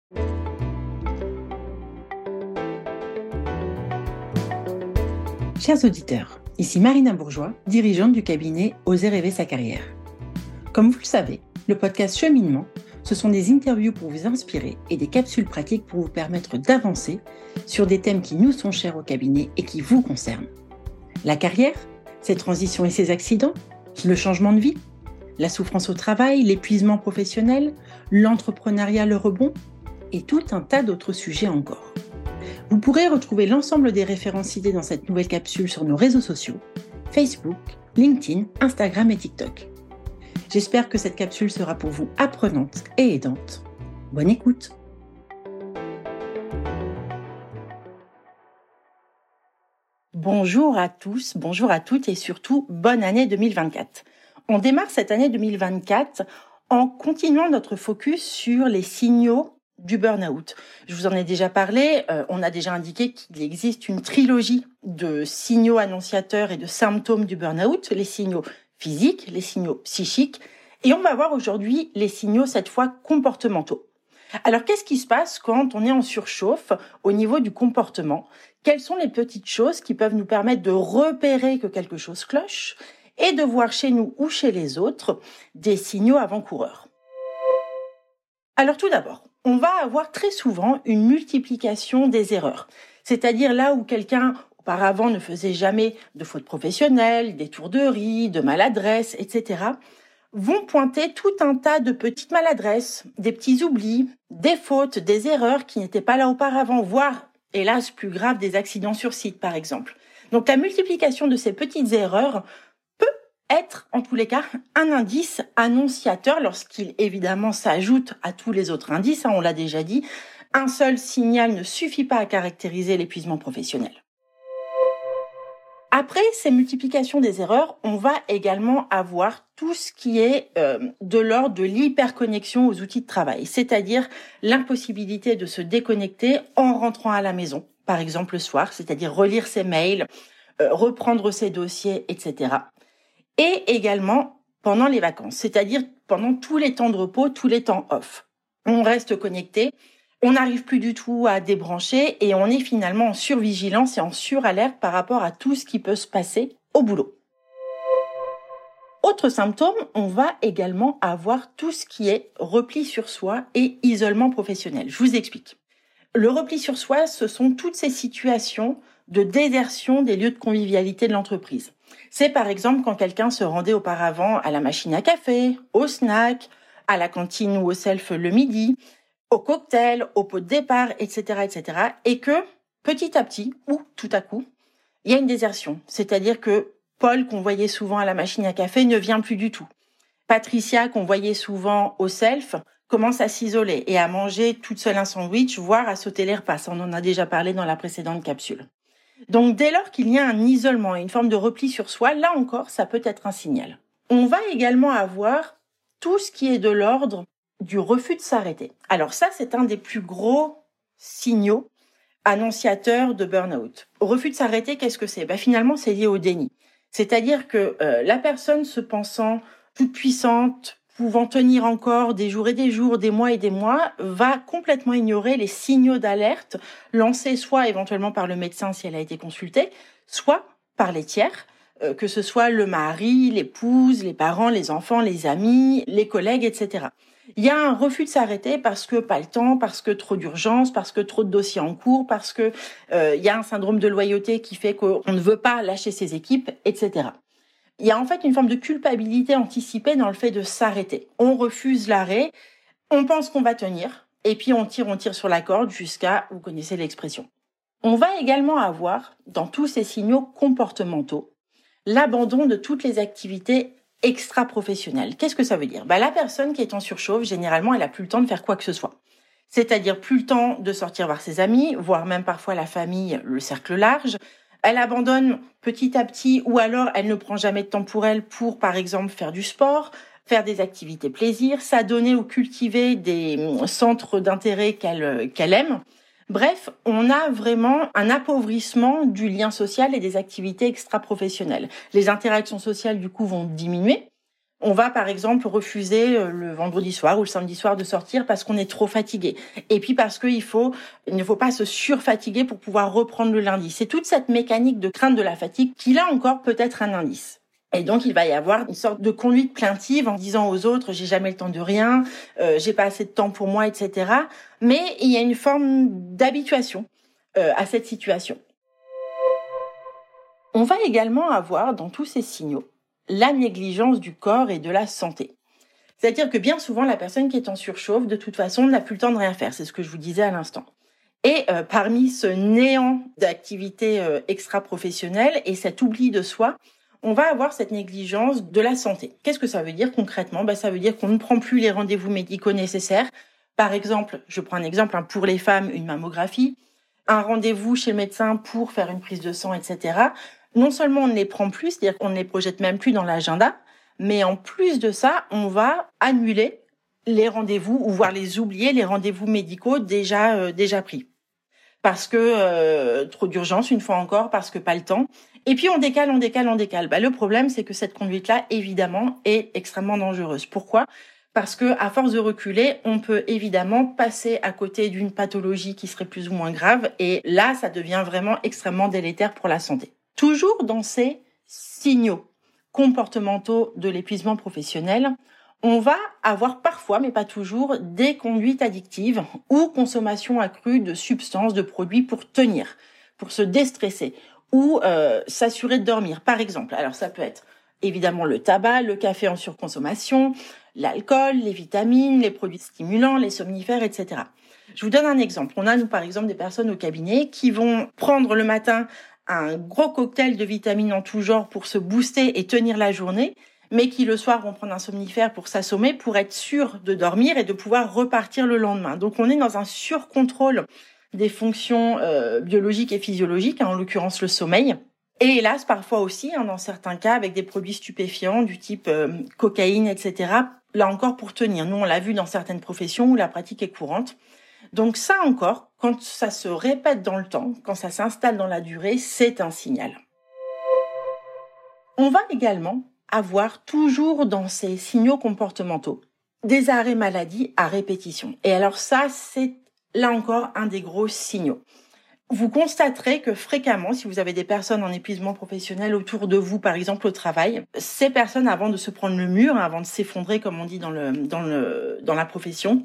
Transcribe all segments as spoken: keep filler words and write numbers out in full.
Chers auditeurs, ici Marina Bourgeois, dirigeante du cabinet Oser rêver sa carrière. Comme vous le savez, le podcast Cheminement, ce sont des interviews pour vous inspirer et des capsules pratiques pour vous permettre d'avancer sur des thèmes qui nous sont chers au cabinet et qui vous concernent. La carrière, ses transitions et ses accidents, le changement de vie, la souffrance au travail, l'épuisement professionnel, l'entrepreneuriat, le rebond et tout un tas d'autres sujets encore. Vous pourrez retrouver l'ensemble des références citées dans cette nouvelle capsule sur nos réseaux sociaux, Facebook, LinkedIn, Instagram et TikTok. J'espère que cette capsule sera pour vous apprenante et aidante. Bonne écoute! Bonjour à tous, bonjour à toutes et surtout bonne année deux mille vingt-quatre. On démarre cette année deux mille vingt-quatre en continuant notre focus sur les signaux du burn-out. Je vous en ai déjà parlé, euh, on a déjà indiqué qu'il existe une trilogie de signaux annonciateurs et de symptômes du burn-out, les signaux physiques, les signaux psychiques, et on va voir aujourd'hui les signaux cette fois comportementaux. Alors qu'est-ce qui se passe quand on est en surchauffe au niveau du comportement ? Quelles sont les petites choses qui peuvent nous permettre de repérer que quelque chose cloche et de voir chez nous ou chez les autres des signaux avant-coureurs ? Alors tout d'abord, on va avoir très souvent une multiplication des erreurs. C'est-à-dire là où quelqu'un auparavant ne faisait jamais de fautes professionnelles, d'étourderies, de maladresses, et cetera, vont pointer tout un tas de petites maladresses, des petits oublis, des fautes, des erreurs qui n'étaient pas là auparavant, voire, hélas, plus grave, des accidents sur site, par exemple. Donc la multiplication de ces petites erreurs être, en tous les cas, un indice annonciateur lorsqu'il, évidemment, s'ajoute à tous les autres indices, hein, on l'a déjà dit. Un seul signal ne suffit pas à caractériser l'épuisement professionnel. Après ces multiplications des erreurs, on va également avoir tout ce qui est euh, de l'ordre de l'hyperconnexion aux outils de travail, c'est-à-dire l'impossibilité de se déconnecter en rentrant à la maison, par exemple le soir, c'est-à-dire relire ses mails, euh, reprendre ses dossiers, et cetera. Et également pendant les vacances, c'est-à-dire pendant tous les temps de repos, tous les temps off. On reste connecté, on n'arrive plus du tout à débrancher et on est finalement en survigilance et en suralerte par rapport à tout ce qui peut se passer au boulot. Autre symptôme, on va également avoir tout ce qui est repli sur soi et isolement professionnel. Je vous explique. Le repli sur soi, ce sont toutes ces situations de désertion des lieux de convivialité de l'entreprise. C'est par exemple quand quelqu'un se rendait auparavant à la machine à café, au snack, à la cantine ou au self le midi, au cocktail, au pot de départ, et cetera, et cetera, et que petit à petit, ou tout à coup, il y a une désertion. C'est-à-dire que Paul, qu'on voyait souvent à la machine à café, ne vient plus du tout. Patricia, qu'on voyait souvent au self, commence à s'isoler et à manger toute seule un sandwich, voire à sauter les repas. On en a déjà parlé dans la précédente capsule. Donc, dès lors qu'il y a un isolement et une forme de repli sur soi, là encore, ça peut être un signal. On va également avoir tout ce qui est de l'ordre du refus de s'arrêter. Alors ça, c'est un des plus gros signaux annonciateurs de burn-out. Refus de s'arrêter, qu'est-ce que c'est ? Ben, finalement, c'est lié au déni. C'est-à-dire que euh, la personne se pensant toute puissante, pouvant tenir encore des jours et des jours, des mois et des mois, va complètement ignorer les signaux d'alerte lancés soit éventuellement par le médecin si elle a été consultée, soit par les tiers, euh, que ce soit le mari, l'épouse, les parents, les enfants, les amis, les collègues, et cetera. Il y a un refus de s'arrêter parce que pas le temps, parce que trop d'urgence, parce que trop de dossiers en cours, parce que euh, il y a un syndrome de loyauté qui fait qu'on ne veut pas lâcher ses équipes, et cetera. Il y a en fait une forme de culpabilité anticipée dans le fait de s'arrêter. On refuse l'arrêt, on pense qu'on va tenir, et puis on tire, on tire sur la corde jusqu'à, vous connaissez l'expression. On va également avoir, dans tous ces signaux comportementaux, l'abandon de toutes les activités extra-professionnelles. Qu'est-ce que ça veut dire ? Bah, la personne qui est en surchauffe, généralement, elle a plus le temps de faire quoi que ce soit. C'est-à-dire plus le temps de sortir voir ses amis, voire même parfois la famille, le cercle large. Elle abandonne petit à petit ou alors elle ne prend jamais de temps pour elle pour, par exemple, faire du sport, faire des activités plaisir, s'adonner ou cultiver des centres d'intérêt qu'elle, qu'elle aime. Bref, on a vraiment un appauvrissement du lien social et des activités extra-professionnelles. Les interactions sociales, du coup, vont diminuer. On va par exemple refuser le vendredi soir ou le samedi soir de sortir parce qu'on est trop fatigué. Et puis parce qu'il faut, il ne faut pas se surfatiguer pour pouvoir reprendre le lundi. C'est toute cette mécanique de crainte de la fatigue qui là encore peut être un indice. Et donc il va y avoir une sorte de conduite plaintive en disant aux autres j'ai jamais le temps de rien, euh, j'ai pas assez de temps pour moi, et cetera. Mais il y a une forme d'habituation euh, à cette situation. On va également avoir dans tous ces signaux la négligence du corps et de la santé. C'est-à-dire que bien souvent, la personne qui est en surchauffe, de toute façon, n'a plus le temps de rien faire. C'est ce que je vous disais à l'instant. Et euh, parmi ce néant d'activité euh, extra-professionnelle et cet oubli de soi, on va avoir cette négligence de la santé. Qu'est-ce que ça veut dire concrètement ? Ben, ça veut dire qu'on ne prend plus les rendez-vous médicaux nécessaires. Par exemple, je prends un exemple, hein, pour les femmes, une mammographie, un rendez-vous chez le médecin pour faire une prise de sang, et cetera. Non seulement on ne les prend plus, c'est-à-dire qu'on ne les projette même plus dans l'agenda, mais en plus de ça, on va annuler les rendez-vous ou voire les oublier, les rendez-vous médicaux déjà euh, déjà pris. Parce que euh, trop d'urgence, une fois encore, parce que pas le temps. Et puis on décale, on décale, on décale. Bah, le problème, c'est que cette conduite-là, évidemment, est extrêmement dangereuse. Pourquoi ? Parce que à force de reculer, on peut évidemment passer à côté d'une pathologie qui serait plus ou moins grave. Et là, ça devient vraiment extrêmement délétère pour la santé. Toujours dans ces signaux comportementaux de l'épuisement professionnel, on va avoir parfois, mais pas toujours, des conduites addictives ou consommation accrue de substances, de produits pour tenir, pour se déstresser ou euh, s'assurer de dormir, par exemple. Alors ça peut être évidemment le tabac, le café en surconsommation, l'alcool, les vitamines, les produits stimulants, les somnifères, et cetera. Je vous donne un exemple. On a, nous, par exemple, des personnes au cabinet qui vont prendre le matin un gros cocktail de vitamines en tout genre pour se booster et tenir la journée, mais qui le soir vont prendre un somnifère pour s'assommer, pour être sûr de dormir et de pouvoir repartir le lendemain. Donc on est dans un surcontrôle des fonctions euh, biologiques et physiologiques, hein, en l'occurrence le sommeil. Et hélas, parfois aussi, hein, dans certains cas, avec des produits stupéfiants du type euh, cocaïne, et cetera. Là encore pour tenir. Nous, on l'a vu dans certaines professions où la pratique est courante. Donc ça encore, quand ça se répète dans le temps, quand ça s'installe dans la durée, c'est un signal. On va également avoir toujours dans ces signaux comportementaux des arrêts maladie à répétition. Et alors ça, c'est là encore un des gros signaux. Vous constaterez que fréquemment, si vous avez des personnes en épuisement professionnel autour de vous, par exemple au travail, ces personnes, avant de se prendre le mur, avant de s'effondrer, comme on dit dans le dans le dans la profession,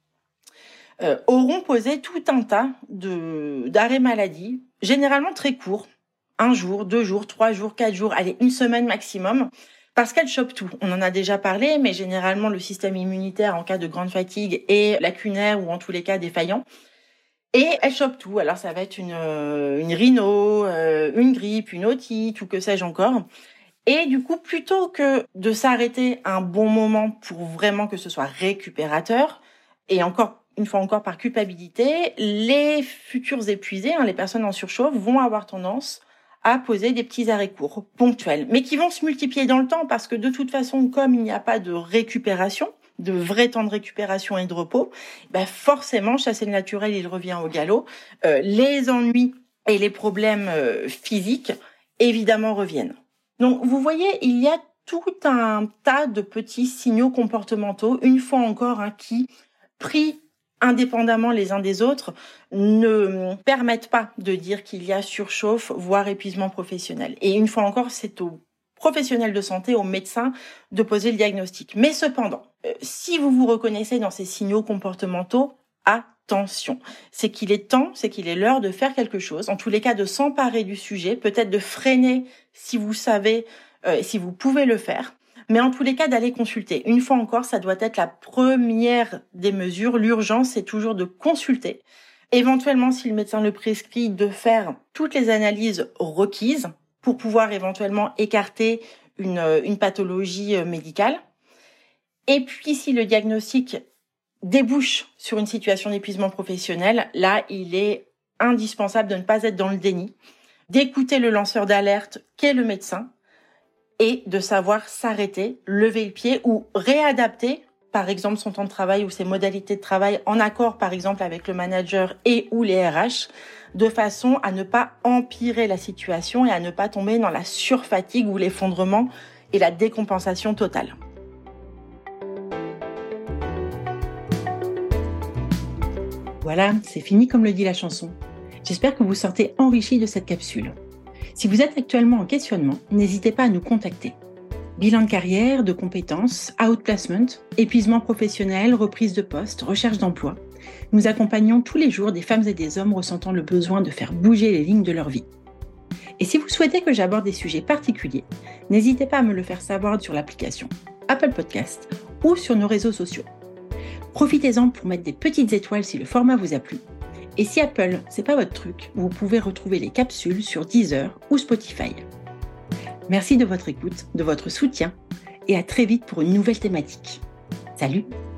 Euh, auront posé tout un tas de d'arrêts maladie, généralement très courts, un jour, deux jours, trois jours, quatre jours, allez, une semaine maximum, parce qu'elles chopent tout. On en a déjà parlé, mais généralement le système immunitaire en cas de grande fatigue est lacunaire ou en tous les cas défaillant. Et elles chopent tout. Alors ça va être une, une rhino, une grippe, une otite ou que sais-je encore. Et du coup, plutôt que de s'arrêter un bon moment pour vraiment que ce soit récupérateur, et encore une fois encore par culpabilité, les futurs épuisés, hein, les personnes en surchauffe, vont avoir tendance à poser des petits arrêts courts, ponctuels, mais qui vont se multiplier dans le temps parce que de toute façon, comme il n'y a pas de récupération, de vrai temps de récupération et de repos, ben forcément, chasser le naturel, il revient au galop. Euh, les ennuis et les problèmes euh, physiques, évidemment, reviennent. Donc, vous voyez, il y a tout un tas de petits signaux comportementaux, une fois encore, hein, qui, pris indépendamment les uns des autres, ne permettent pas de dire qu'il y a surchauffe, voire épuisement professionnel. Et une fois encore, c'est aux professionnels de santé, aux médecins, de poser le diagnostic. Mais cependant, euh, si vous vous reconnaissez dans ces signaux comportementaux, attention. C'est qu'il est temps, c'est qu'il est l'heure de faire quelque chose. En tous les cas, de s'emparer du sujet, peut-être de freiner si vous savez, euh, si vous pouvez le faire. Mais en tous les cas, d'aller consulter. Une fois encore, ça doit être la première des mesures. L'urgence, c'est toujours de consulter. Éventuellement, si le médecin le prescrit, de faire toutes les analyses requises pour pouvoir éventuellement écarter une, une pathologie médicale. Et puis, si le diagnostic débouche sur une situation d'épuisement professionnel, là, il est indispensable de ne pas être dans le déni, d'écouter le lanceur d'alerte qu'est le médecin, et de savoir s'arrêter, lever le pied ou réadapter, par exemple, son temps de travail ou ses modalités de travail en accord, par exemple, avec le manager et ou les R H, de façon à ne pas empirer la situation et à ne pas tomber dans la surfatigue ou l'effondrement et la décompensation totale. Voilà, c'est fini comme le dit la chanson. J'espère que vous sortez enrichis de cette capsule. Si vous êtes actuellement en questionnement, n'hésitez pas à nous contacter. Bilan de carrière, de compétences, outplacement, épuisement professionnel, reprise de poste, recherche d'emploi. Nous accompagnons tous les jours des femmes et des hommes ressentant le besoin de faire bouger les lignes de leur vie. Et si vous souhaitez que j'aborde des sujets particuliers, n'hésitez pas à me le faire savoir sur l'application Apple Podcast ou sur nos réseaux sociaux. Profitez-en pour mettre des petites étoiles si le format vous a plu. Et si Apple, c'est pas votre truc, vous pouvez retrouver les capsules sur Deezer ou Spotify. Merci de votre écoute, de votre soutien et à très vite pour une nouvelle thématique. Salut!